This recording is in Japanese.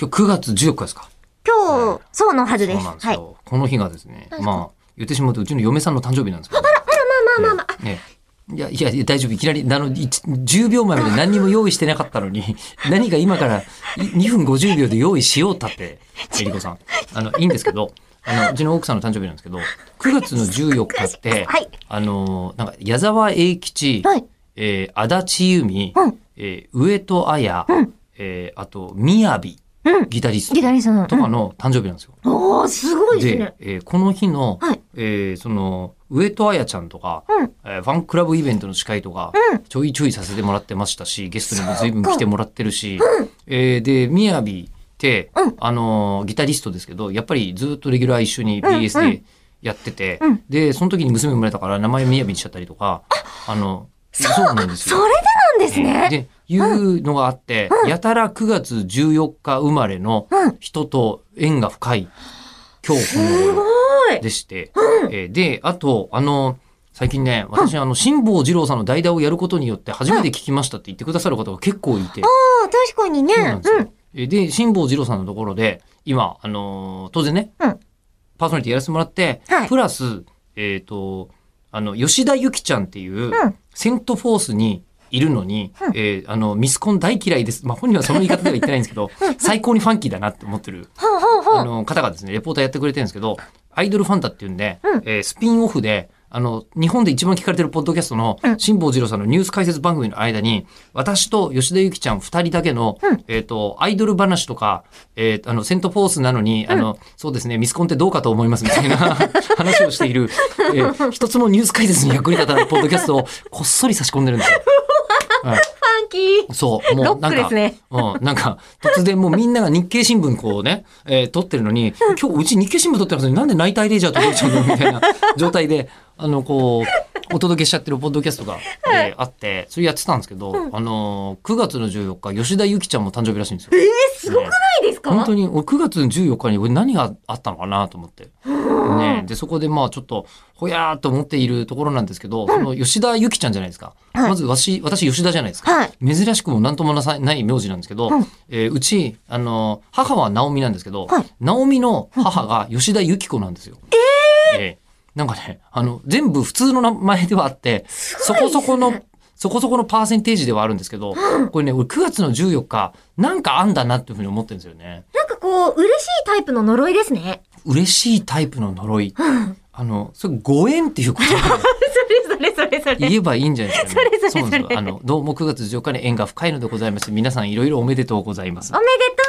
今日9月14日ですか。 今日、そうのはずです。 そうなんですよ。この日がですね、まあ、言ってしまうとうちの嫁さんの誕生日なんですけど。 まあ。 ね。いや、大丈夫。いきなり、10秒前まで何にも用意してなかったのに、何か今から2分50秒で用意しようったって、えりこさん。いいんですけど、うちの奥さんの誕生日なんですけど、9月の14日って、 はい、 なんか、矢沢永吉、 はい、 足立由美、上戸彩、あと、雅、ギタリストとかの誕生日なんですよ。 おー、すごいですね。 で、この日の、 はい、 その、上戸彩ちゃんとか、ファンクラブイベントの司会とか、ちょいちょいさせてもらってましたし、ゲストにも随分来てもらってるし、で、雅って、ギタリストですけど、やっぱりずっとレギュラー一緒に BS でやってて、で、その時に娘生まれたから名前雅にしちゃったりとか、そうなんですよ。 それでなんですね。 で、いうのがあって、やたら9月14日生まれの人と縁が深い今日この頃でして、で、あと、最近ね、私、辛坊治郎さんの代打をやることによって初めて聞きましたって言ってくださる方が結構いて。 ああ、確かにね。 そうなんですよ。で、辛坊治郎さんのところで、今、当然ね、パーソナリティやらせてもらって、プラス、吉田ゆきちゃんっていう、セントフォースにいるのに、ミスコン大嫌いです。まあ、本人はその言い方では言ってないんですけど、最高にファンキーだなって思ってる、方がですね、レポーターやってくれてるんですけど、アイドルファンタっていうんで、スピンオフで、日本で一番聞かれてるポッドキャストの辛坊治郎さんのニュース解説番組の間に、私と吉田ゆきちゃん2人だけの、アイドル話とか、セントフォースなのに、そうですね、ミスコンってどうかと思いますみたいな話をしている、一つもニュース解説に役に立たないポッドキャストをこっそり差し込んでるんですよ。はい、 ファンキー。 そう、もうなんか、なんか、突然もうみんなが日経新聞こうね、撮ってるのに、今日うち日経新聞撮ってますのになんでナイターレジャー届いちゃうのみたいな状態で、こう、お届けしちゃってるポッドキャストが、あって、それやってたんですけど、9月の14日、吉田ゆきちゃんも誕生日らしいんですよ。 すごくないですか？ 本当に、9月の14日に俺何があったのかなと思って。ね、で、そこでまあちょっと、ほやーっと思っているところなんですけど、その吉田ゆきちゃんじゃないですか。まず私吉田じゃないですか。珍しくもなんともない名字なんですけど、うち、母は直美なんですけど、直美の母が吉田ゆき子なんですよ。なんかね、全部普通の名前ではあって、そこそこのパーセンテージではあるんですけど、これね、俺9月の14日、なんかあんだなっていうふうに思ってるんですよね。 なんかこう、嬉しいタイプの呪いですね。 嬉しいタイプの呪い。それご縁っていうことでそれ。 言えばいいんじゃないですかね。 それ。 どうも9月14日に縁が深いのでございます。皆さんいろいろおめでとうございます。 おめでとう